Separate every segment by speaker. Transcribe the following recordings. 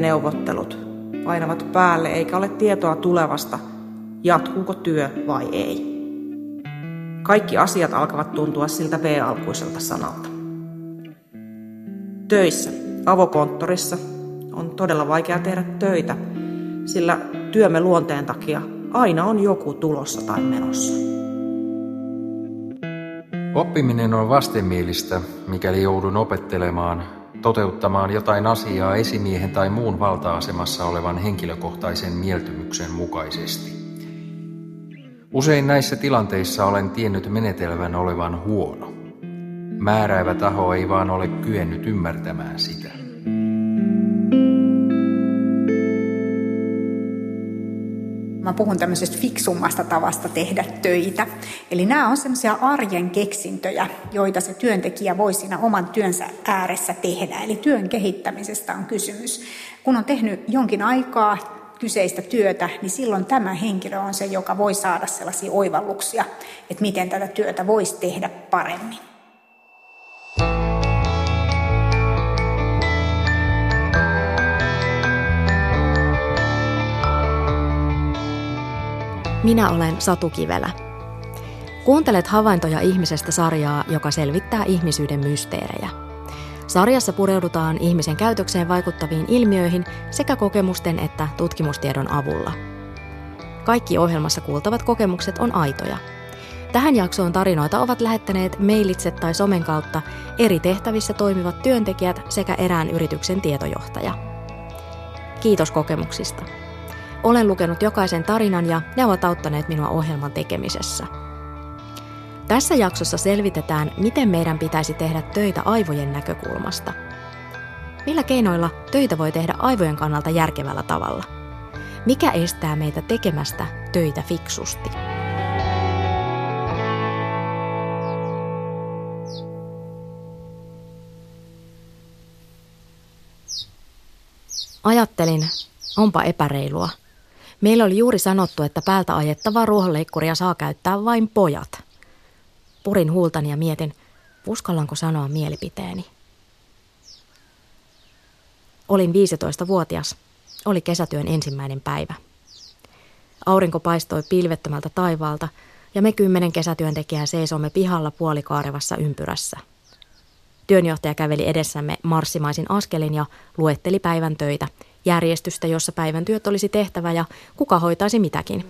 Speaker 1: yt-neuvottelut painavat päälle eikä ole tietoa tulevasta, jatkuuko työ vai ei. Kaikki asiat alkavat tuntua siltä B-alkuiselta sanalta. Töissä, avokonttorissa, on todella vaikea tehdä töitä, sillä työmme luonteen takia aina on joku tulossa tai menossa.
Speaker 2: Oppiminen on vastenmielistä, mikäli joudun opettelemaan, toteuttamaan jotain asiaa esimiehen tai muun valta-asemassa olevan henkilökohtaisen mieltymyksen mukaisesti. Usein näissä tilanteissa olen tiennyt menetelmän olevan huono. Määräävä taho ei vaan ole kyennyt ymmärtämään sitä.
Speaker 3: Mä puhun tämmöisestä fiksummasta tavasta tehdä töitä. Eli nämä on semmoisia arjen keksintöjä, joita se työntekijä voi siinä oman työnsä ääressä tehdä. Eli työn kehittämisestä on kysymys. Kun on tehnyt jonkin aikaa kyseistä työtä, niin silloin tämä henkilö on se, joka voi saada sellaisia oivalluksia, että miten tätä työtä voisi tehdä paremmin.
Speaker 4: Minä olen Satu Kivelä. Kuuntelet Havaintoja ihmisestä -sarjaa, joka selvittää ihmisyyden mysteerejä. Sarjassa pureudutaan ihmisen käytökseen vaikuttaviin ilmiöihin sekä kokemusten että tutkimustiedon avulla. Kaikki ohjelmassa kuultavat kokemukset on aitoja. Tähän jaksoon tarinoita ovat lähettäneet mailitse tai somen kautta eri tehtävissä toimivat työntekijät sekä erään yrityksen tietojohtaja. Kiitos kokemuksista. Olen lukenut jokaisen tarinan ja ne ovat auttaneet minua ohjelman tekemisessä. Tässä jaksossa selvitetään, miten meidän pitäisi tehdä töitä aivojen näkökulmasta. Millä keinoilla töitä voi tehdä aivojen kannalta järkevällä tavalla? Mikä estää meitä tekemästä töitä fiksusti? Ajattelin, onpa epäreilua. Meillä oli juuri sanottu, että päältä ajettavaa ruohonleikkuria saa käyttää vain pojat. Purin huultani ja mietin, uskallanko sanoa mielipiteeni. Olin 15-vuotias. Oli kesätyön ensimmäinen päivä. Aurinko paistoi pilvettömältä taivaalta ja me 10 kesätyöntekijää seisomme pihalla puolikaarevassa ympyrässä. Työnjohtaja käveli edessämme marssimaisin askelin ja luetteli päivän töitä, järjestystä, jossa päivän työt olisi tehtävä ja kuka hoitaisi mitäkin.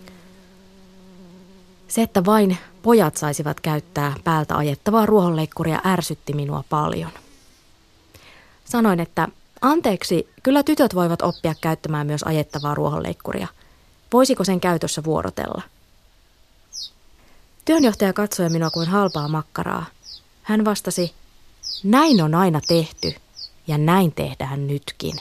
Speaker 4: Se, että vain pojat saisivat käyttää päältä ajettavaa ruohonleikkuria, ärsytti minua paljon. Sanoin, että anteeksi, kyllä tytöt voivat oppia käyttämään myös ajettavaa ruohonleikkuria. Voisiko sen käytössä vuorotella? Työnjohtaja katsoi minua kuin halpaa makkaraa. Hän vastasi, näin on aina tehty ja näin tehdään nytkin.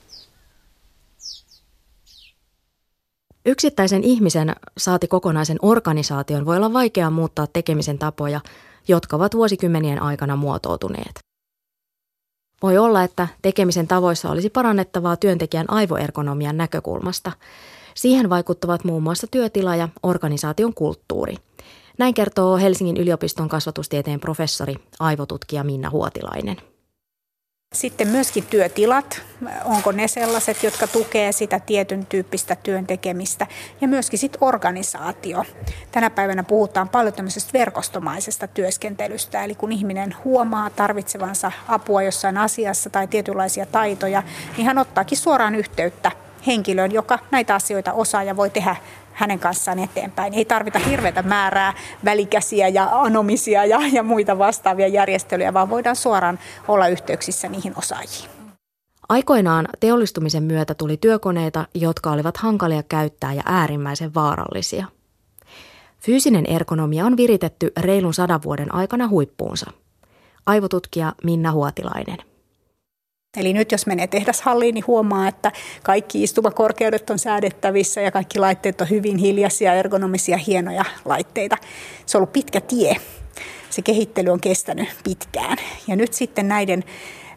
Speaker 4: Yksittäisen ihmisen saati kokonaisen organisaation voi olla vaikea muuttaa tekemisen tapoja, jotka ovat vuosikymmenien aikana muotoutuneet. Voi olla, että tekemisen tavoissa olisi parannettavaa työntekijän aivoergonomian näkökulmasta. Siihen vaikuttavat muun muassa työtila ja organisaation kulttuuri. Näin kertoo Helsingin yliopiston kasvatustieteen professori, aivotutkija Minna Huotilainen.
Speaker 3: Sitten myöskin työtilat, onko ne sellaiset, jotka tukee sitä tietyn tyyppistä työn tekemistä. Ja myöskin sitten organisaatio. Tänä päivänä puhutaan paljon tämmöisestä verkostomaisesta työskentelystä. Eli kun ihminen huomaa tarvitsevansa apua jossain asiassa tai tietynlaisia taitoja, niin hän ottaakin suoraan yhteyttä henkilöön, joka näitä asioita osaa ja voi tehdä hänen kanssaan eteenpäin. Ei tarvita hirveätä määrää välikäsiä ja anomisia ja muita vastaavia järjestelyjä, vaan voidaan suoraan olla yhteyksissä niihin osaajiin.
Speaker 4: Aikoinaan teollistumisen myötä tuli työkoneita, jotka olivat hankalia käyttää ja äärimmäisen vaarallisia. Fyysinen ergonomia on viritetty reilun 100 vuoden aikana huippuunsa. Aivotutkija Minna Huotilainen.
Speaker 3: Eli nyt jos menee tehdashalliin, niin huomaa, että kaikki istumakorkeudet on säädettävissä ja kaikki laitteet on hyvin hiljaisia, ergonomisia, hienoja laitteita. Se on ollut pitkä tie. Se kehittely on kestänyt pitkään. Ja nyt sitten näiden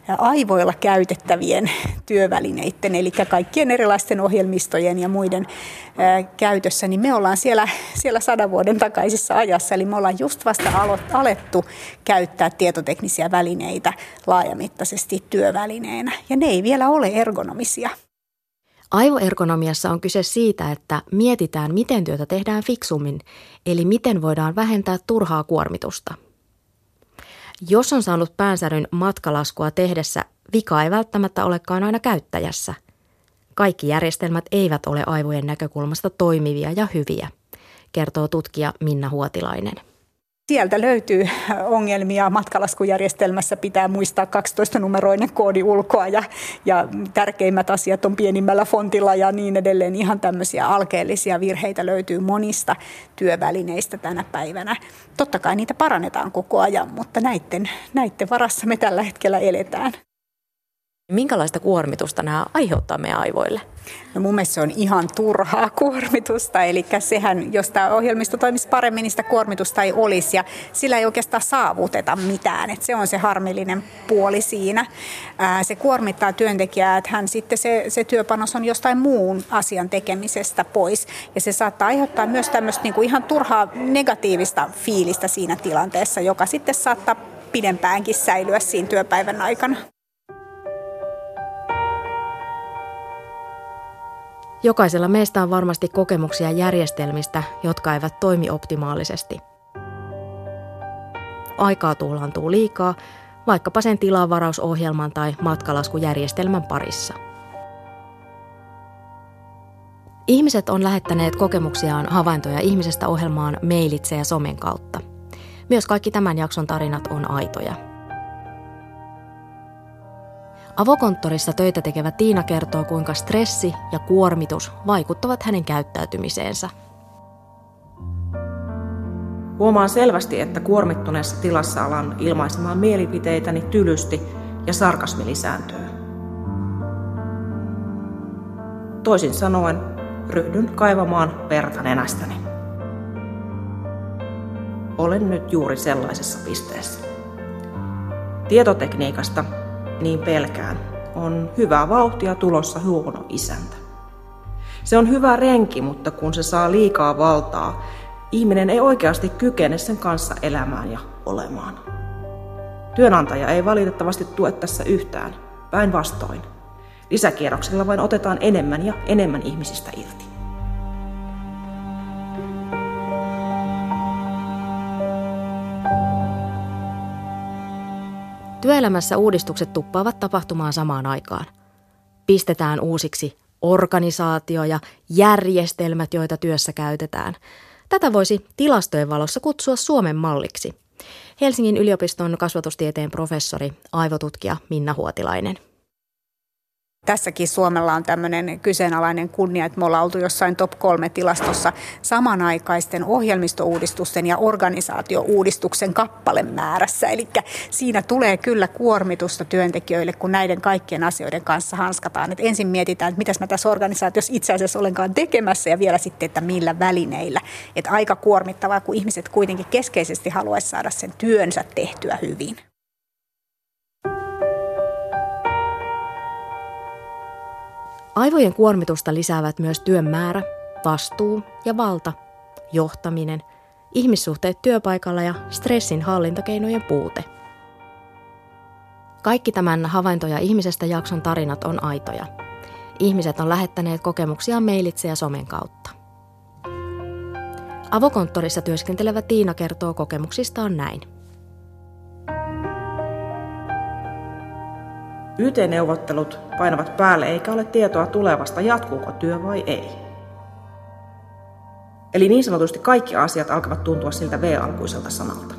Speaker 3: aivoilla käytettävien työvälineiden, eli kaikkien erilaisten ohjelmistojen ja muiden käytössä, niin me ollaan siellä 100 vuoden takaisessa ajassa, eli me ollaan just vasta alettu käyttää tietoteknisiä välineitä laajamittaisesti työvälineenä, ja ne ei vielä ole ergonomisia.
Speaker 4: Aivoergonomiassa on kyse siitä, että mietitään, miten työtä tehdään fiksummin, eli miten voidaan vähentää turhaa kuormitusta. Jos on saanut päänsäryn matkalaskua tehdessä, vika ei välttämättä olekaan aina käyttäjässä. Kaikki järjestelmät eivät ole aivojen näkökulmasta toimivia ja hyviä, kertoo tutkija Minna Huotilainen.
Speaker 3: Sieltä löytyy ongelmia. Matkalaskujärjestelmässä pitää muistaa 12-numeroinen koodi ulkoa ja tärkeimmät asiat on pienimmällä fontilla ja niin edelleen. Ihan tämmöisiä alkeellisia virheitä löytyy monista työvälineistä tänä päivänä. Totta kai niitä parannetaan koko ajan, mutta näiden varassa me tällä hetkellä eletään.
Speaker 4: Minkälaista kuormitusta nämä aiheuttaa meidän aivoille?
Speaker 3: No mun mielestä se on ihan turhaa kuormitusta, eli sehän, jos tämä ohjelmisto toimisi paremmin, niin sitä kuormitusta ei olisi ja sillä ei oikeastaan saavuteta mitään. Et se on se harmillinen puoli siinä. Se kuormittaa työntekijää, että hän sitten se työpanos on jostain muun asian tekemisestä pois ja se saattaa aiheuttaa myös tämmöistä niinku ihan turhaa negatiivista fiilistä siinä tilanteessa, joka sitten saattaa pidempäänkin säilyä siinä työpäivän aikana.
Speaker 4: Jokaisella meistä on varmasti kokemuksia järjestelmistä, jotka eivät toimi optimaalisesti. Aikaa tuhlaantuu liikaa, vaikkapa sen tilavarausohjelman tai matkalaskujärjestelmän parissa. Ihmiset on lähettäneet kokemuksiaan havaintoja ihmisestä ohjelmaan mailitse ja somen kautta. Myös kaikki tämän jakson tarinat on aitoja. Avokonttorissa töitä tekevä Tiina kertoo, kuinka stressi ja kuormitus vaikuttavat hänen käyttäytymiseensä.
Speaker 1: Huomaan selvästi, että kuormittuneessa tilassa alan ilmaisemaan mielipiteitäni tylysti ja sarkasmi lisääntyy. Toisin sanoen, ryhdyn kaivamaan verta nenästäni. Olen nyt juuri sellaisessa pisteessä. Tietotekniikasta, niin pelkään, on hyvää vauhtia tulossa huono isäntä. Se on hyvä renki, mutta kun se saa liikaa valtaa, ihminen ei oikeasti kykene sen kanssa elämään ja olemaan. Työnantaja ei valitettavasti tue tässä yhtään, päinvastoin. Lisäkierroksilla vain otetaan enemmän ja enemmän ihmisistä irti.
Speaker 4: Työelämässä uudistukset tuppaavat tapahtumaan samaan aikaan. Pistetään uusiksi organisaatio ja järjestelmät, joita työssä käytetään. Tätä voisi tilastojen valossa kutsua Suomen malliksi. Helsingin yliopiston kasvatustieteen professori, aivotutkija Minna Huotilainen.
Speaker 3: Tässäkin Suomella on tämmöinen kyseenalainen kunnia, että me ollaan oltu jossain top 3 tilastossa samanaikaisten ohjelmistouudistusten ja organisaatiouudistuksen kappalemäärässä. Eli siinä tulee kyllä kuormitusta työntekijöille, kun näiden kaikkien asioiden kanssa hanskataan. Et ensin mietitään, että mitäs mä tässä organisaatiossa itse asiassa olenkaan tekemässä ja vielä sitten, että millä välineillä. Että aika kuormittavaa, kun ihmiset kuitenkin keskeisesti haluaisi saada sen työnsä tehtyä hyvin.
Speaker 4: Aivojen kuormitusta lisäävät myös työn määrä, vastuu ja valta, johtaminen, ihmissuhteet työpaikalla ja stressin hallintakeinojen puute. Kaikki tämän havaintoja ihmisestä jakson tarinat on aitoja. Ihmiset on lähettäneet kokemuksiaan mailitse ja somen kautta. Avokonttorissa työskentelevä Tiina kertoo kokemuksistaan näin.
Speaker 1: YT-neuvottelut painavat päälle eikä ole tietoa tulevasta, jatkuuko työ vai ei. Eli niin sanotusti kaikki asiat alkavat tuntua siltä V-alkuiselta sanalta.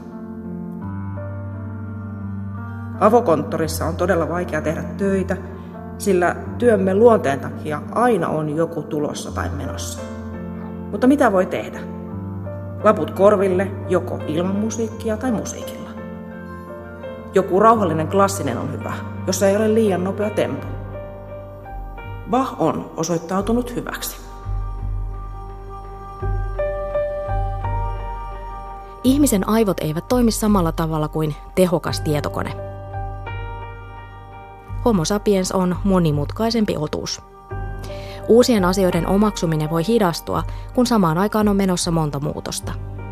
Speaker 1: Avokonttorissa on todella vaikea tehdä töitä, sillä työmme luonteen takia aina on joku tulossa tai menossa. Mutta mitä voi tehdä? Laput korville joko ilman musiikkia tai musiikilla. Joku rauhallinen klassinen on hyvä, jossa ei ole liian nopea tempo. Bach on osoittautunut hyväksi.
Speaker 4: Ihmisen aivot eivät toimi samalla tavalla kuin tehokas tietokone. Homo sapiens on monimutkaisempi otus. Uusien asioiden omaksuminen voi hidastua, kun samaan aikaan on menossa monta muutosta.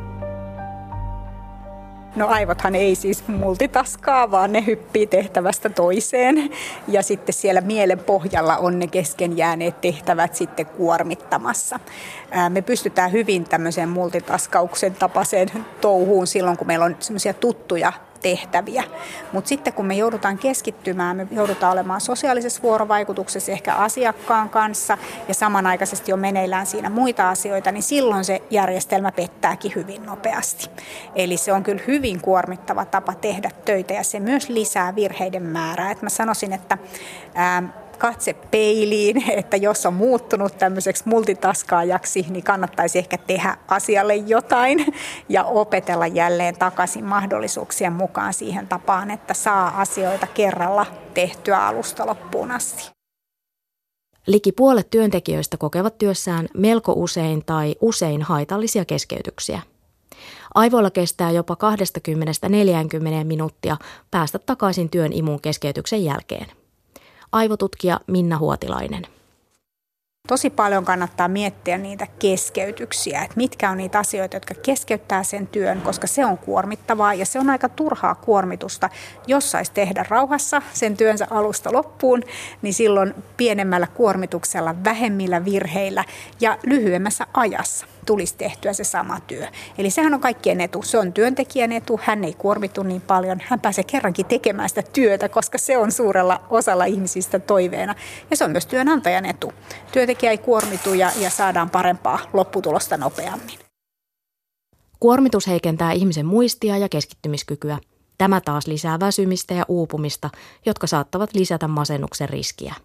Speaker 3: No aivothan ei siis multitaskaa, vaan ne hyppii tehtävästä toiseen ja sitten siellä mielen pohjalla on ne kesken jääneet tehtävät sitten kuormittamassa. Me pystytään hyvin tämmöiseen multitaskauksen tapaiseen touhuun silloin, kun meillä on semmoisia tuttuja tehtäviä. Mutta sitten kun me joudutaan keskittymään, me joudutaan olemaan sosiaalisessa vuorovaikutuksessa ehkä asiakkaan kanssa ja samanaikaisesti on meneillään siinä muita asioita, niin silloin se järjestelmä pettääkin hyvin nopeasti. Eli se on kyllä hyvin kuormittava tapa tehdä töitä ja se myös lisää virheiden määrää. Et mä sanoisin, että katse peiliin, että jos on muuttunut tämmöiseksi multitaskaajaksi, niin kannattaisi ehkä tehdä asialle jotain ja opetella jälleen takaisin mahdollisuuksien mukaan siihen tapaan, että saa asioita kerralla tehtyä alusta loppuun asti.
Speaker 4: Liki puolet työntekijöistä kokevat työssään melko usein tai usein haitallisia keskeytyksiä. Aivoilla kestää jopa 20-40 minuuttia päästä takaisin työn imuun keskeytyksen jälkeen. Aivotutkija Minna Huotilainen.
Speaker 3: Tosi paljon kannattaa miettiä niitä keskeytyksiä, että mitkä on niitä asioita, jotka keskeyttää sen työn, koska se on kuormittavaa ja se on aika turhaa kuormitusta. Jos saisi tehdä rauhassa sen työnsä alusta loppuun, niin silloin pienemmällä kuormituksella, vähemmillä virheillä ja lyhyemmässä ajassa tulisi tehtyä se sama työ. Eli sehän on kaikkien etu. Se on työntekijän etu, hän ei kuormitu niin paljon, hän pääsee kerrankin tekemään sitä työtä, koska se on suurella osalla ihmisistä toiveena. Ja se on myös työnantajan etu. Työntekijä ei kuormitu ja saadaan parempaa lopputulosta nopeammin.
Speaker 4: Kuormitus heikentää ihmisen muistia ja keskittymiskykyä. Tämä taas lisää väsymistä ja uupumista, jotka saattavat lisätä masennuksen riskiä.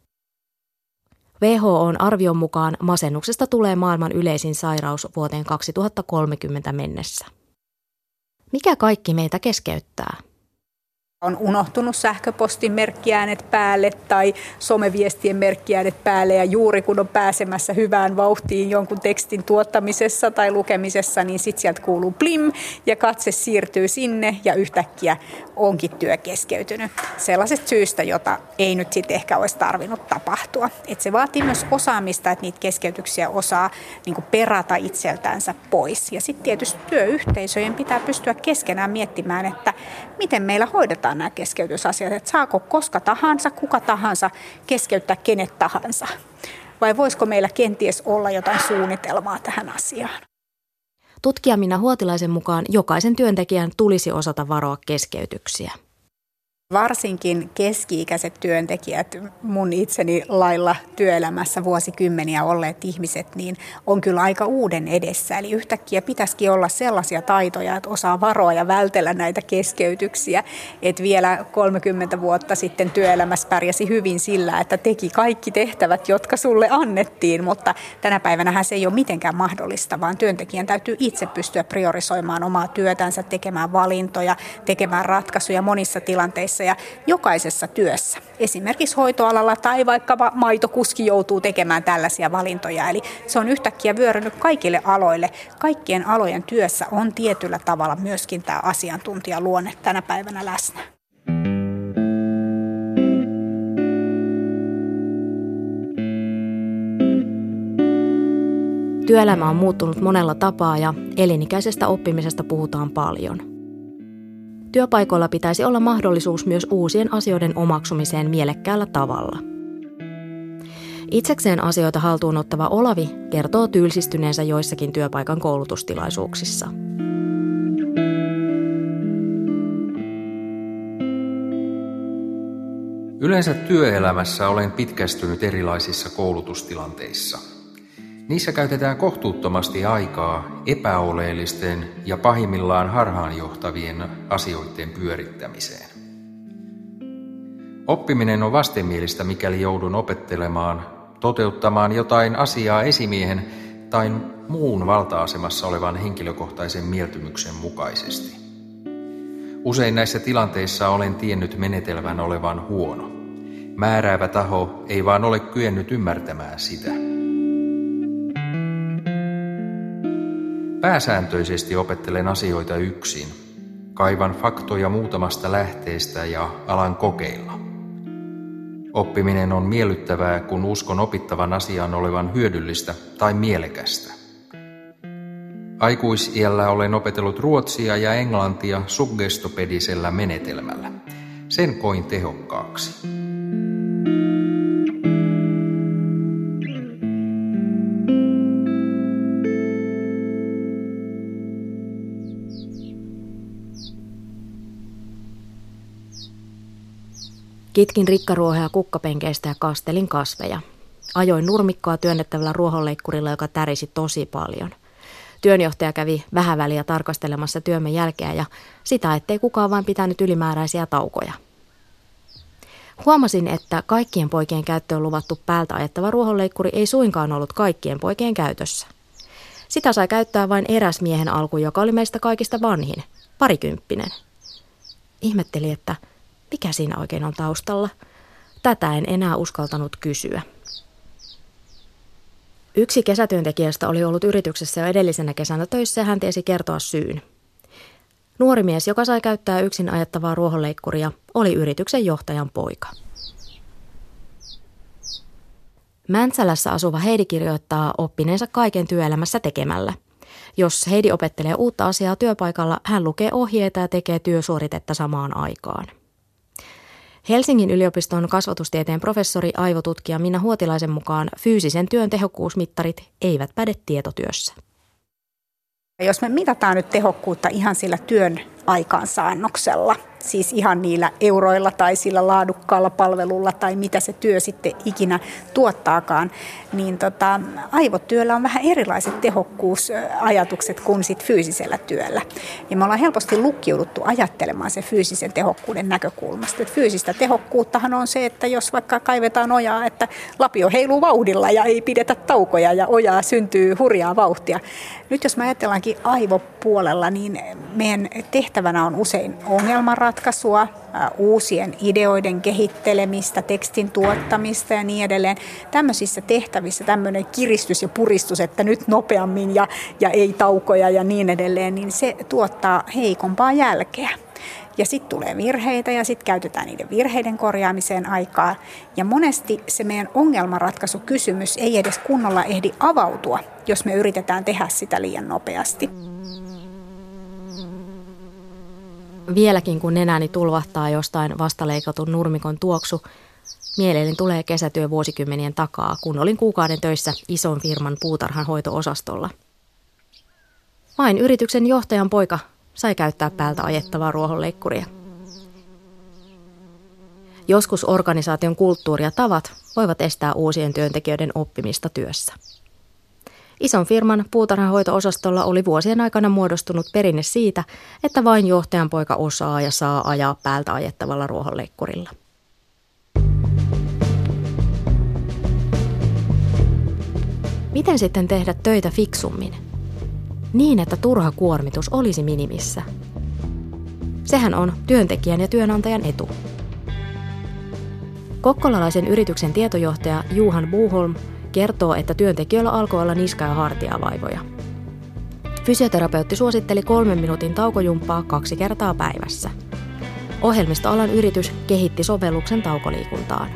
Speaker 4: WHO:n arvion mukaan masennuksesta tulee maailman yleisin sairaus vuoteen 2030 mennessä. Mikä kaikki meitä keskeyttää?
Speaker 3: On unohtunut sähköpostin merkkiäänet päälle tai someviestien merkkiäänet päälle ja juuri kun on pääsemässä hyvään vauhtiin jonkun tekstin tuottamisessa tai lukemisessa, niin sitten sieltä kuuluu plim ja katse siirtyy sinne ja yhtäkkiä onkin työ keskeytynyt. Sellaisesta syystä, jota ei nyt sitten ehkä olisi tarvinnut tapahtua. Et se vaatii myös osaamista, että niitä keskeytyksiä osaa niin kuin perata itseltänsä pois. Ja sitten tietysti työyhteisöjen pitää pystyä keskenään miettimään, että miten meillä hoidetaan nämä keskeytysasiat, että saako koska tahansa, kuka tahansa keskeyttää kenet tahansa. Vai voisiko meillä kenties olla jotain suunnitelmaa tähän asiaan?
Speaker 4: Tutkija Minna Huotilaisen mukaan jokaisen työntekijän tulisi osata varoa keskeytyksiä.
Speaker 3: Varsinkin keski-ikäiset työntekijät, mun itseni lailla työelämässä vuosikymmeniä olleet ihmiset, niin on kyllä aika uuden edessä. Eli yhtäkkiä pitäisikin olla sellaisia taitoja, että osaa varoa ja vältellä näitä keskeytyksiä. Että vielä 30 vuotta sitten työelämässä pärjäsi hyvin sillä, että teki kaikki tehtävät, jotka sulle annettiin. Mutta tänä päivänähän se ei ole mitenkään mahdollista, vaan työntekijän täytyy itse pystyä priorisoimaan omaa työtänsä, tekemään valintoja, tekemään ratkaisuja monissa tilanteissa. Ja jokaisessa työssä, esimerkiksi hoitoalalla tai vaikka maitokuski joutuu tekemään tällaisia valintoja. Eli se on yhtäkkiä vyörynyt kaikille aloille. Kaikkien alojen työssä on tietyllä tavalla myöskin tämä asiantuntijaluonne tänä päivänä läsnä.
Speaker 4: Työelämä on muuttunut monella tapaa ja elinikäisestä oppimisesta puhutaan paljon. Työpaikoilla pitäisi olla mahdollisuus myös uusien asioiden omaksumiseen mielekkäällä tavalla. Itsekseen asioita haltuun ottava Olavi kertoo tylsistyneensä joissakin työpaikan koulutustilaisuuksissa.
Speaker 2: Yleensä työelämässä olen pitkästynyt erilaisissa koulutustilanteissa. Niissä käytetään kohtuuttomasti aikaa epäoleellisten ja pahimmillaan harhaanjohtavien asioiden pyörittämiseen. Oppiminen on vastenmielistä, mikäli joudun opettelemaan, toteuttamaan jotain asiaa esimiehen tai muun valta-asemassa olevan henkilökohtaisen mieltymyksen mukaisesti. Usein näissä tilanteissa olen tiennyt menetelmän olevan huono. Määräävä taho ei vaan ole kyennyt ymmärtämään sitä. Pääsääntöisesti opettelen asioita yksin. Kaivan faktoja muutamasta lähteestä ja alan kokeilla. Oppiminen on miellyttävää, kun uskon opittavan asian olevan hyödyllistä tai mielekästä. Aikuisiällä olen opetellut ruotsia ja englantia suggestopedisellä menetelmällä. Sen koin tehokkaaksi.
Speaker 4: Kitkin rikkaruohea kukkapenkeistä ja kastelin kasveja. Ajoin nurmikkoa työnnettävällä ruohonleikkurilla, joka tärisi tosi paljon. Työnjohtaja kävi vähän väliä tarkastelemassa työmme jälkeä ja sitä, ettei kukaan vain pitänyt ylimääräisiä taukoja. Huomasin, että kaikkien poikien käyttöön luvattu päältä ajettava ruohonleikkuri ei suinkaan ollut kaikkien poikien käytössä. Sitä sai käyttää vain eräs miehen alku, joka oli meistä kaikista vanhin, 20. Ihmettelin, että mikä siinä oikein on taustalla. Tätä en enää uskaltanut kysyä. Yksi kesätyöntekijästä oli ollut yrityksessä jo edellisenä kesänä töissä ja hän tiesi kertoa syyn. Nuori mies, joka sai käyttää yksin ajettavaa ruohonleikkuria, oli yrityksen johtajan poika. Mäntsälässä asuva Heidi kirjoittaa oppineensa kaiken työelämässä tekemällä. Jos Heidi opettelee uutta asiaa työpaikalla, hän lukee ohjeita ja tekee työsuoritetta samaan aikaan. Helsingin yliopiston kasvatustieteen professori aivotutkija Minna Huotilaisen mukaan fyysisen työn tehokkuusmittarit eivät päde tietotyössä.
Speaker 3: Jos me mitataan nyt tehokkuutta ihan sillä työn aikaansaannoksella, siis ihan niillä euroilla tai sillä laadukkaalla palvelulla tai mitä se työ sitten ikinä tuottaakaan, niin aivotyöllä on vähän erilaiset tehokkuusajatukset kuin sit fyysisellä työllä. Ja me ollaan helposti lukkiuduttu ajattelemaan se fyysisen tehokkuuden näkökulmasta. Et fyysistä tehokkuuttahan on se, että jos vaikka kaivetaan ojaa, että lapio heiluu vauhdilla ja ei pidetä taukoja ja ojaa syntyy hurjaa vauhtia. Nyt jos me ajatellaankin aivopuolella, niin meidän tehtävänä on usein ongelmanratkaisua, uusien ideoiden kehittelemistä, tekstin tuottamista ja niin edelleen. Tämmöisissä tehtävissä tämmöinen kiristys ja puristus, että nyt nopeammin ja ei taukoja ja niin edelleen, niin se tuottaa heikompaa jälkeä. Ja sitten tulee virheitä ja sitten käytetään niiden virheiden korjaamiseen aikaa. Ja monesti se meidän ongelmanratkaisukysymys ei edes kunnolla ehdi avautua, jos me yritetään tehdä sitä liian nopeasti.
Speaker 4: Vieläkin kun nenäni tulvahtaa jostain vastaleikatun nurmikon tuoksu, mieleeni tulee kesätyö vuosikymmenien takaa, kun olin kuukauden töissä ison firman puutarhan hoito-osastolla. Vain yrityksen johtajan poika sai käyttää päältä ajettavaa ruohonleikkuria. Joskus organisaation kulttuuri ja tavat voivat estää uusien työntekijöiden oppimista työssä. Ison firman puutarhanhoito-osastolla oli vuosien aikana muodostunut perinne siitä, että vain johtajan poika osaa ja saa ajaa päältä ajettavalla ruohonleikkurilla. Miten sitten tehdä töitä fiksummin? Niin, että turha kuormitus olisi minimissä. Sehän on työntekijän ja työnantajan etu. Kokkolalaisen yrityksen tietojohtaja Johan Boholm kertoo, että työntekijöillä alkoi olla niska- ja hartiavaivoja. Fysioterapeutti suositteli 3 minuutin taukojumppaa 2 kertaa päivässä. Ohjelmistoalan yritys kehitti sovelluksen taukoliikuntaan.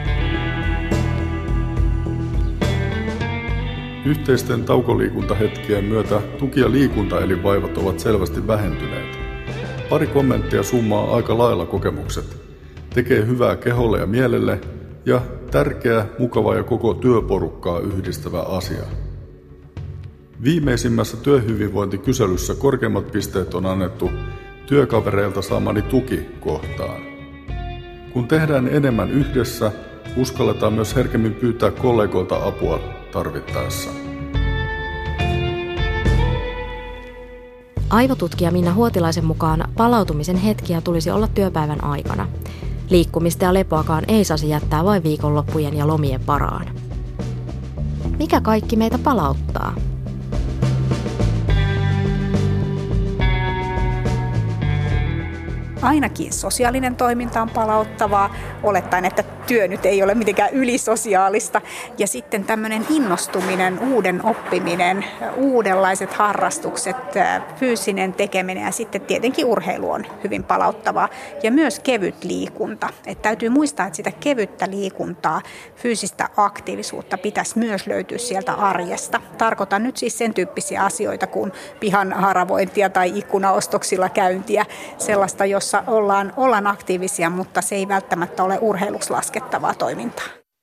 Speaker 5: Yhteisten taukoliikuntahetkien myötä tuki- ja liikuntaelinvaivat ovat selvästi vähentyneet. Pari kommenttia summaa aika lailla kokemukset. Tekee hyvää keholle ja mielelle ja tärkeä, mukava ja koko työporukkaa yhdistävä asia. Viimeisimmässä työhyvinvointikyselyssä korkeimmat pisteet on annettu työkavereilta saamani tuki kohtaan. Kun tehdään enemmän yhdessä, uskalletaan myös herkemmin pyytää kollegoilta apua tarvittaessa.
Speaker 4: Aivotutkija Minna Huotilaisen mukaan palautumisen hetkiä tulisi olla työpäivän aikana. Liikkumista ja lepoakaan ei saisi jättää vain viikonloppujen ja lomien varaan. Mikä kaikki meitä palauttaa?
Speaker 3: Ainakin sosiaalinen toiminta on palauttavaa, olettaen, että työ nyt ei ole mitenkään ylisosiaalista. Ja sitten tämmöinen innostuminen, uuden oppiminen, uudenlaiset harrastukset, fyysinen tekeminen ja sitten tietenkin urheilu on hyvin palauttavaa. Ja myös kevyt liikunta. Että täytyy muistaa, että sitä kevyttä liikuntaa, fyysistä aktiivisuutta pitäisi myös löytyä sieltä arjesta. Tarkoitan nyt siis sen tyyppisiä asioita kuin pihan haravointia tai ikkunaostoksilla käyntiä. Sellaista, jossa ollaan aktiivisia, mutta se ei välttämättä ole urheiluksi laskettavaa toimintaa.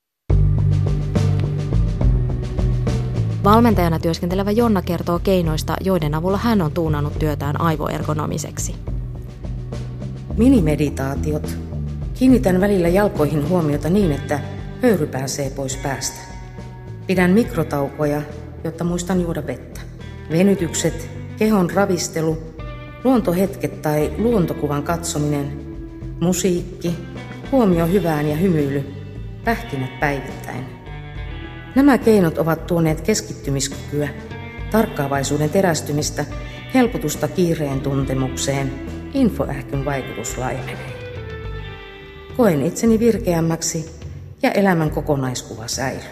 Speaker 4: Valmentajana työskentelevä Jonna kertoo keinoista, joiden avulla hän on tuunannut työtään aivoergonomiseksi.
Speaker 6: Minimeditaatiot. Kiinnitän välillä jalkoihin huomiota niin, että höyry pääsee pois päästä. Pidän mikrotaukoja, jotta muistan juoda vettä. Venytykset, kehon ravistelu, luontohetket tai luontokuvan katsominen, musiikki, huomio hyvään ja hymyily, pähkinät päivittäin. Nämä keinot ovat tuoneet keskittymiskykyä, tarkkaavaisuuden terästymistä, helpotusta kiireen tuntemukseen, infoähkyn vaikutus laimenee. Koen itseni virkeämmäksi ja elämän kokonaiskuva säilyy.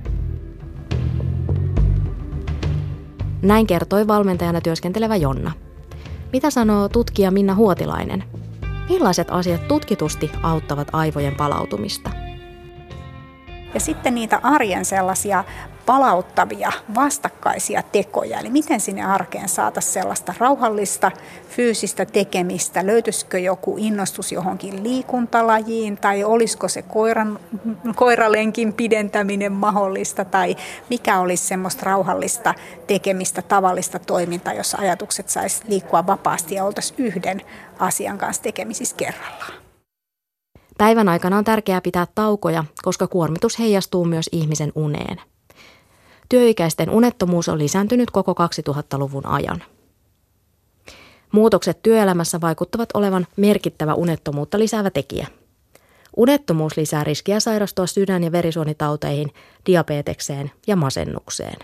Speaker 4: Näin kertoi valmentajana työskentelevä Jonna. Mitä sanoo tutkija Minna Huotilainen? Millaiset asiat tutkitusti auttavat aivojen palautumista?
Speaker 3: Ja sitten niitä arjen sellaisia palauttavia, vastakkaisia tekoja. Eli miten sinne arkeen saataisiin sellaista rauhallista, fyysistä tekemistä. Löytyisikö joku innostus johonkin liikuntalajiin tai olisiko se koiralenkin pidentäminen mahdollista tai mikä olisi semmoista rauhallista tekemistä, tavallista toimintaa, jossa ajatukset saisi liikkua vapaasti ja oltaisiin yhden asian kanssa tekemisissä kerrallaan.
Speaker 4: Päivän aikana on tärkeää pitää taukoja, koska kuormitus heijastuu myös ihmisen uneen. Työikäisten unettomuus on lisääntynyt koko 2000-luvun ajan. Muutokset työelämässä vaikuttavat olevan merkittävä unettomuutta lisäävä tekijä. Unettomuus lisää riskiä sairastua sydän- ja verisuonitauteihin, diabetekseen ja masennukseen.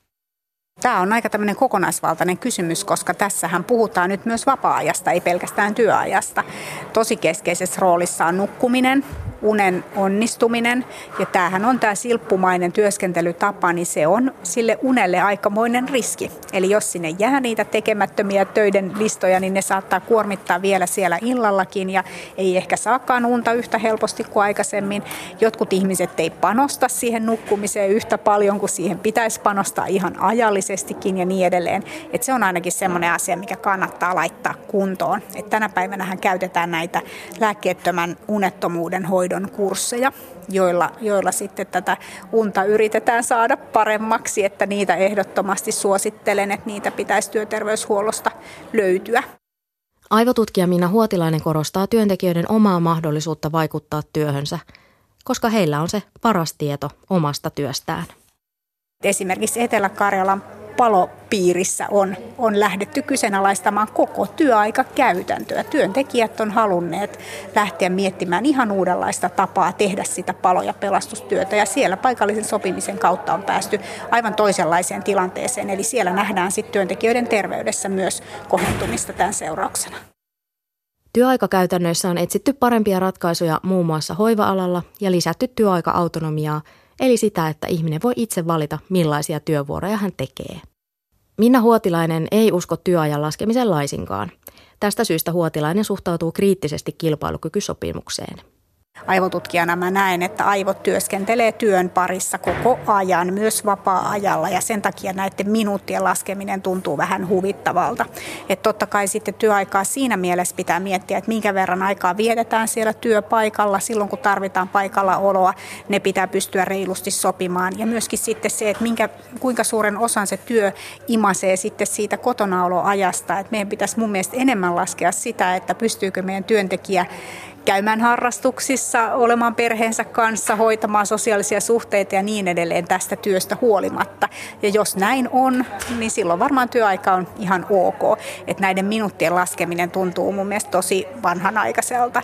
Speaker 3: Tämä on aika tämmöinen kokonaisvaltainen kysymys, koska tässähän puhutaan nyt myös vapaa-ajasta, ei pelkästään työajasta. Tosi keskeisessä roolissa on nukkuminen, unen onnistuminen ja tämähän on tämä silppumainen työskentelytapa, niin se on sille unelle aikamoinen riski. Eli jos sinne jää niitä tekemättömiä töiden listoja, niin ne saattaa kuormittaa vielä siellä illallakin ja ei ehkä saakaan unta yhtä helposti kuin aikaisemmin. Jotkut ihmiset ei panosta siihen nukkumiseen yhtä paljon kuin siihen pitäisi panostaa ihan ajallisestikin ja niin edelleen. Että se on ainakin semmoinen asia, mikä kannattaa laittaa kuntoon. Et tänä päivänähän käytetään näitä lääkkeettömän unettomuuden hoidon kursseja, joilla sitten tätä unta yritetään saada paremmaksi, että niitä ehdottomasti suosittelen, että niitä pitäisi työterveyshuollosta löytyä.
Speaker 4: Aivotutkija Minna Huotilainen korostaa työntekijöiden omaa mahdollisuutta vaikuttaa työhönsä, koska heillä on se paras tieto omasta työstään.
Speaker 3: Esimerkiksi Etelä-Karjalan palopiirissä on lähdetty kyseenalaistamaan koko työaikakäytäntöä. Työntekijät on halunneet lähteä miettimään ihan uudenlaista tapaa tehdä sitä palo- ja pelastustyötä. Ja siellä paikallisen sopimisen kautta on päästy aivan toisenlaiseen tilanteeseen. Eli siellä nähdään sitten työntekijöiden terveydessä myös kohentumista tämän seurauksena.
Speaker 4: Työaikakäytännöissä on etsitty parempia ratkaisuja muun muassa hoiva-alalla ja lisätty työaika-autonomiaa, eli sitä, että ihminen voi itse valita, millaisia työvuoroja hän tekee. Minna Huotilainen ei usko työajan laskemiseen laisinkaan. Tästä syystä Huotilainen suhtautuu kriittisesti kilpailukykysopimukseen.
Speaker 3: Aivotutkijana mä näen, että aivot työskentelee työn parissa koko ajan, myös vapaa-ajalla ja sen takia näiden minuuttien laskeminen tuntuu vähän huvittavalta. Että totta kai sitten työaikaa siinä mielessä pitää miettiä, että minkä verran aikaa vietetään siellä työpaikalla silloin, kun tarvitaan paikallaoloa. Ne pitää pystyä reilusti sopimaan ja myöskin sitten se, että kuinka suuren osan se työ imasee sitten siitä kotonaoloajasta. Että meidän pitäisi mun mielestä enemmän laskea sitä, että pystyykö meidän työntekijä käymään harrastuksissa, olemaan perheensä kanssa, hoitamaan sosiaalisia suhteita ja niin edelleen tästä työstä huolimatta. Ja jos näin on, niin silloin varmaan työaika on ihan ok. Että näiden minuuttien laskeminen tuntuu mun mielestä tosi vanhanaikaiselta.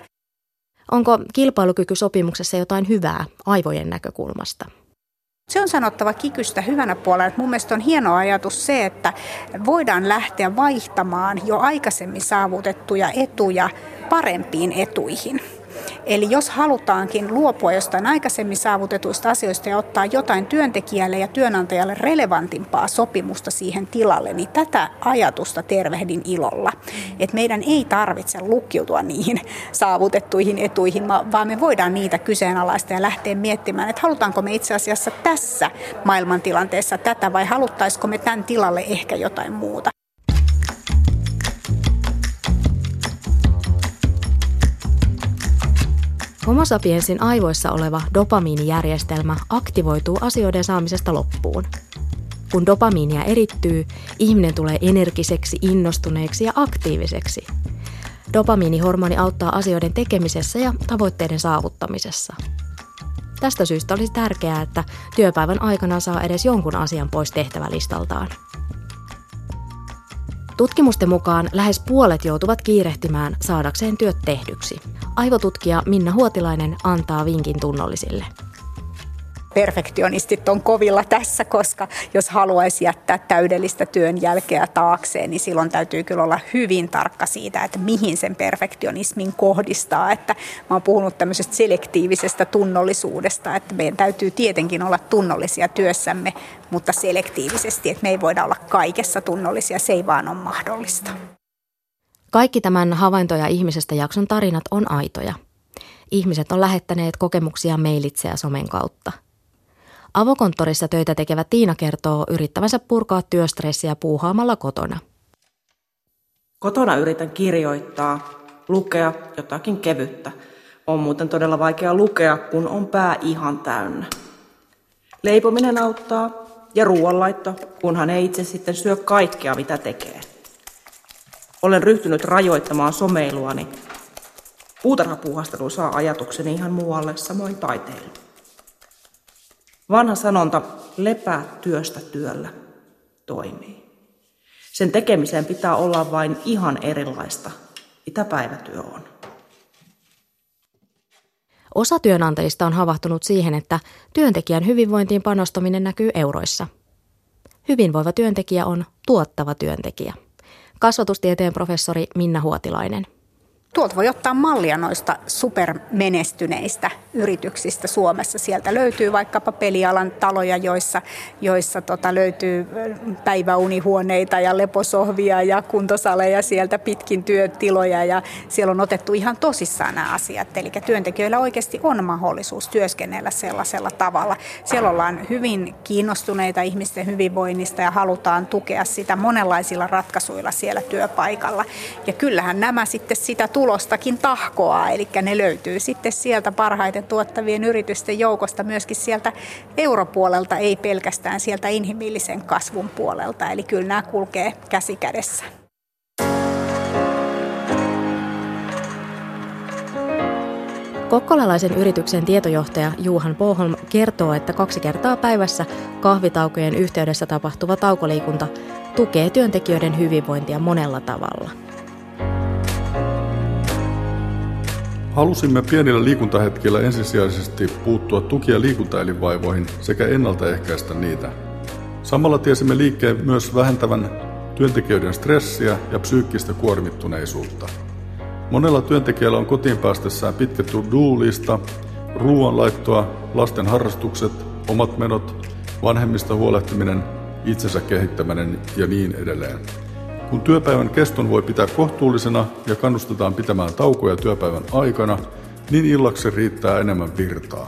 Speaker 4: Onko kilpailukykysopimuksessa jotain hyvää aivojen näkökulmasta?
Speaker 3: Se on sanottava kikystä hyvänä puolella, että mun mielestä on hieno ajatus se, että voidaan lähteä vaihtamaan jo aikaisemmin saavutettuja etuja parempiin etuihin. Eli jos halutaankin luopua jostain aikaisemmin saavutetuista asioista ja ottaa jotain työntekijälle ja työnantajalle relevantimpaa sopimusta siihen tilalle, niin tätä ajatusta tervehdin ilolla. Että meidän ei tarvitse lukkiutua niihin saavutettuihin etuihin, vaan me voidaan niitä kyseenalaista ja lähteä miettimään, että halutaanko me itse asiassa tässä maailmantilanteessa tätä vai haluttaisiko me tämän tilalle ehkä jotain muuta.
Speaker 4: Homo sapiensin aivoissa oleva dopamiinijärjestelmä aktivoituu asioiden saamisesta loppuun. Kun dopamiinia erittyy, ihminen tulee energiseksi, innostuneeksi ja aktiiviseksi. Dopamiinihormoni auttaa asioiden tekemisessä ja tavoitteiden saavuttamisessa. Tästä syystä olisi tärkeää, että työpäivän aikana saa edes jonkun asian pois tehtävälistaltaan. Tutkimusten mukaan lähes puolet joutuvat kiirehtimään saadakseen työt tehdyksi. Aivotutkija Minna Huotilainen antaa vinkin tunnollisille.
Speaker 3: Perfektionistit on kovilla tässä, koska jos haluaisi jättää täydellistä työn jälkeä taakseen, niin silloin täytyy kyllä olla hyvin tarkka siitä, että mihin sen perfektionismin kohdistaa. Että mä oon puhunut tämmöisestä selektiivisestä tunnollisuudesta, että meidän täytyy tietenkin olla tunnollisia työssämme, mutta selektiivisesti, että me ei voida olla kaikessa tunnollisia, se ei vaan ole mahdollista.
Speaker 4: Kaikki tämän Havaintoja ihmisestä jakson tarinat on aitoja. Ihmiset on lähettäneet kokemuksia mailitse ja somen kautta. Avokonttorissa töitä tekevä Tiina kertoo yrittävänsä purkaa työstressiä puuhaamalla kotona.
Speaker 1: Kotona yritän kirjoittaa, lukea jotakin kevyttä. On muuten todella vaikea lukea, kun on pää ihan täynnä. Leipominen auttaa ja ruoanlaitto, kunhan ei itse sitten syö kaikkea, mitä tekee. Olen ryhtynyt rajoittamaan someiluani. Puutarhapuuhastelu saa ajatukseni ihan muualle, samoin taiteilu. Vanha sanonta, lepää työstä työllä, toimii. Sen tekemiseen pitää olla vain ihan erilaista, mitä päivätyö on.
Speaker 4: Osa työnantajista on havahtunut siihen, että työntekijän hyvinvointiin panostaminen näkyy euroissa. Hyvinvoiva työntekijä on tuottava työntekijä. Kasvatustieteen professori Minna Huotilainen.
Speaker 3: Tuolta voi ottaa mallia noista supermenestyneistä yrityksistä Suomessa. Sieltä löytyy vaikkapa pelialan taloja, joissa löytyy päiväunihuoneita ja leposohvia ja kuntosaleja sieltä pitkin työtiloja. Ja siellä on otettu ihan tosissaan nämä asiat. Eli työntekijöillä oikeasti on mahdollisuus työskennellä sellaisella tavalla. Siellä ollaan hyvin kiinnostuneita ihmisten hyvinvoinnista ja halutaan tukea sitä monenlaisilla ratkaisuilla siellä työpaikalla. Ja kyllähän nämä sitten sitä tulostakin tahkoaa, eli ne löytyy sitten sieltä parhaiten tuottavien yritysten joukosta myöskin sieltä europuolelta, ei pelkästään sieltä inhimillisen kasvun puolelta, eli kyllä nämä kulkee käsi kädessä.
Speaker 4: Kokkolalaisen yrityksen tietojohtaja Johan Boholm kertoo, että 2 kertaa päivässä kahvitaukojen yhteydessä tapahtuva taukoliikunta tukee työntekijöiden hyvinvointia monella tavalla.
Speaker 5: Halusimme pienillä liikuntahetkillä ensisijaisesti puuttua tuki- ja liikuntaelinvaivoihin sekä ennaltaehkäistä niitä. Samalla tiesimme liikkeen myös vähentävän työntekijöiden stressiä ja psyykkistä kuormittuneisuutta. Monella työntekijällä on kotiin päästessään pitkä to-do-lista, ruoanlaittoa, lasten harrastukset, omat menot, vanhemmista huolehtiminen, itsensä kehittäminen ja niin edelleen. Kun työpäivän keston voi pitää kohtuullisena ja kannustetaan pitämään taukoja työpäivän aikana, niin illaksi riittää enemmän virtaa.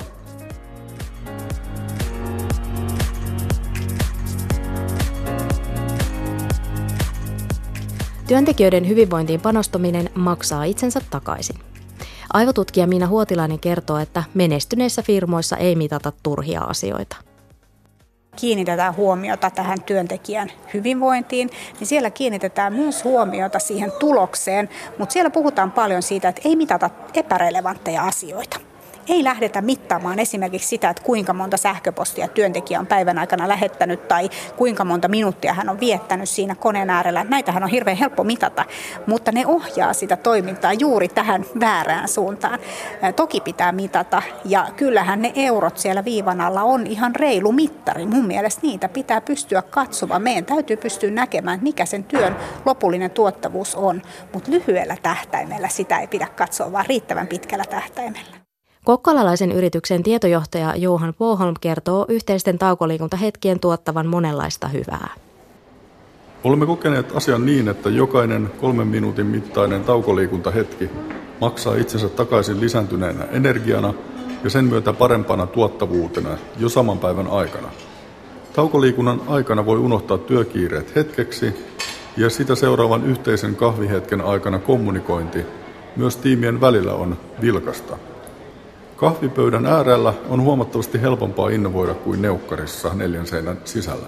Speaker 4: Työntekijöiden hyvinvointiin panostaminen maksaa itsensä takaisin. Aivotutkija Minna Huotilainen kertoo, että menestyneissä firmoissa ei mitata turhia asioita.
Speaker 3: Kiinnitetään huomiota tähän työntekijän hyvinvointiin, niin siellä kiinnitetään myös huomiota siihen tulokseen, mutta siellä puhutaan paljon siitä, että ei mitata epärelevantteja asioita. Ei lähdetä mittaamaan esimerkiksi sitä, että kuinka monta sähköpostia työntekijä on päivän aikana lähettänyt tai kuinka monta minuuttia hän on viettänyt siinä koneen äärellä. Näitähän on hirveän helppo mitata, mutta ne ohjaa sitä toimintaa juuri tähän väärään suuntaan. Toki pitää mitata ja kyllähän ne eurot siellä viivan alla on ihan reilu mittari. Mun mielestä niitä pitää pystyä katsomaan. Meidän täytyy pystyä näkemään, mikä sen työn lopullinen tuottavuus on, mutta lyhyellä tähtäimellä sitä ei pidä katsoa, vaan riittävän pitkällä tähtäimellä.
Speaker 4: Kokkolalaisen yrityksen tietojohtaja Johan Boholm kertoo yhteisten taukoliikuntahetkien tuottavan monenlaista hyvää.
Speaker 5: Olemme kokeneet asian niin, että jokainen 3 minuutin mittainen taukoliikuntahetki maksaa itsensä takaisin lisääntyneenä energiana ja sen myötä parempana tuottavuutena jo saman päivän aikana. Taukoliikunnan aikana voi unohtaa työkiireet hetkeksi ja sitä seuraavan yhteisen kahvihetken aikana kommunikointi myös tiimien välillä on vilkasta. Kahvipöydän äärellä on huomattavasti helpompaa innovoida kuin neukkarissa 4 seinän sisällä.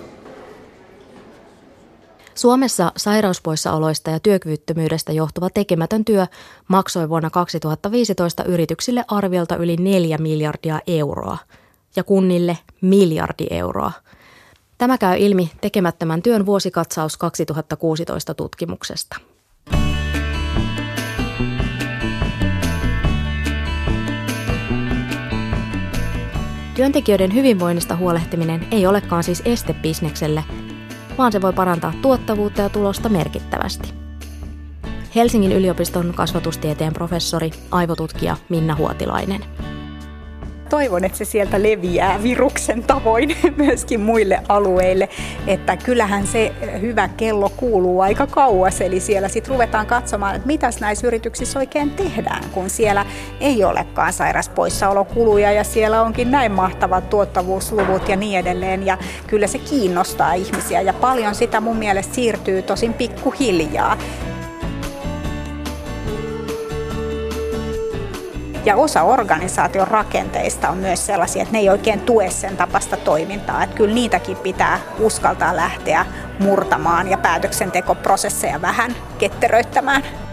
Speaker 4: Suomessa sairauspoissaoloista ja työkyvyttömyydestä johtuva tekemätön työ maksoi vuonna 2015 yrityksille arviolta yli 4 miljardia euroa ja kunnille miljardi euroa. Tämä käy ilmi tekemättömän työn vuosikatsaus 2016 tutkimuksesta. Työntekijöiden hyvinvoinnista huolehtiminen ei olekaan siis este bisnekselle, vaan se voi parantaa tuottavuutta ja tulosta merkittävästi. Helsingin yliopiston kasvatustieteen professori, aivotutkija Minna Huotilainen.
Speaker 3: Toivon, että se sieltä leviää viruksen tavoin myöskin muille alueille, että kyllähän se hyvä kello kuuluu aika kauas, eli siellä sitten ruvetaan katsomaan, että mitäs näissä yrityksissä oikein tehdään, kun siellä ei olekaan sairauspoissaolokuluja ja siellä onkin näin mahtavat tuottavuusluvut ja niin edelleen, ja kyllä se kiinnostaa ihmisiä ja paljon sitä mun mielestä siirtyy tosin pikkuhiljaa. Ja osa organisaation rakenteista on myös sellaisia, että ne ei oikein tue sen tapasta toimintaa. Että kyllä niitäkin pitää uskaltaa lähteä murtamaan ja päätöksentekoprosesseja vähän ketteröittämään.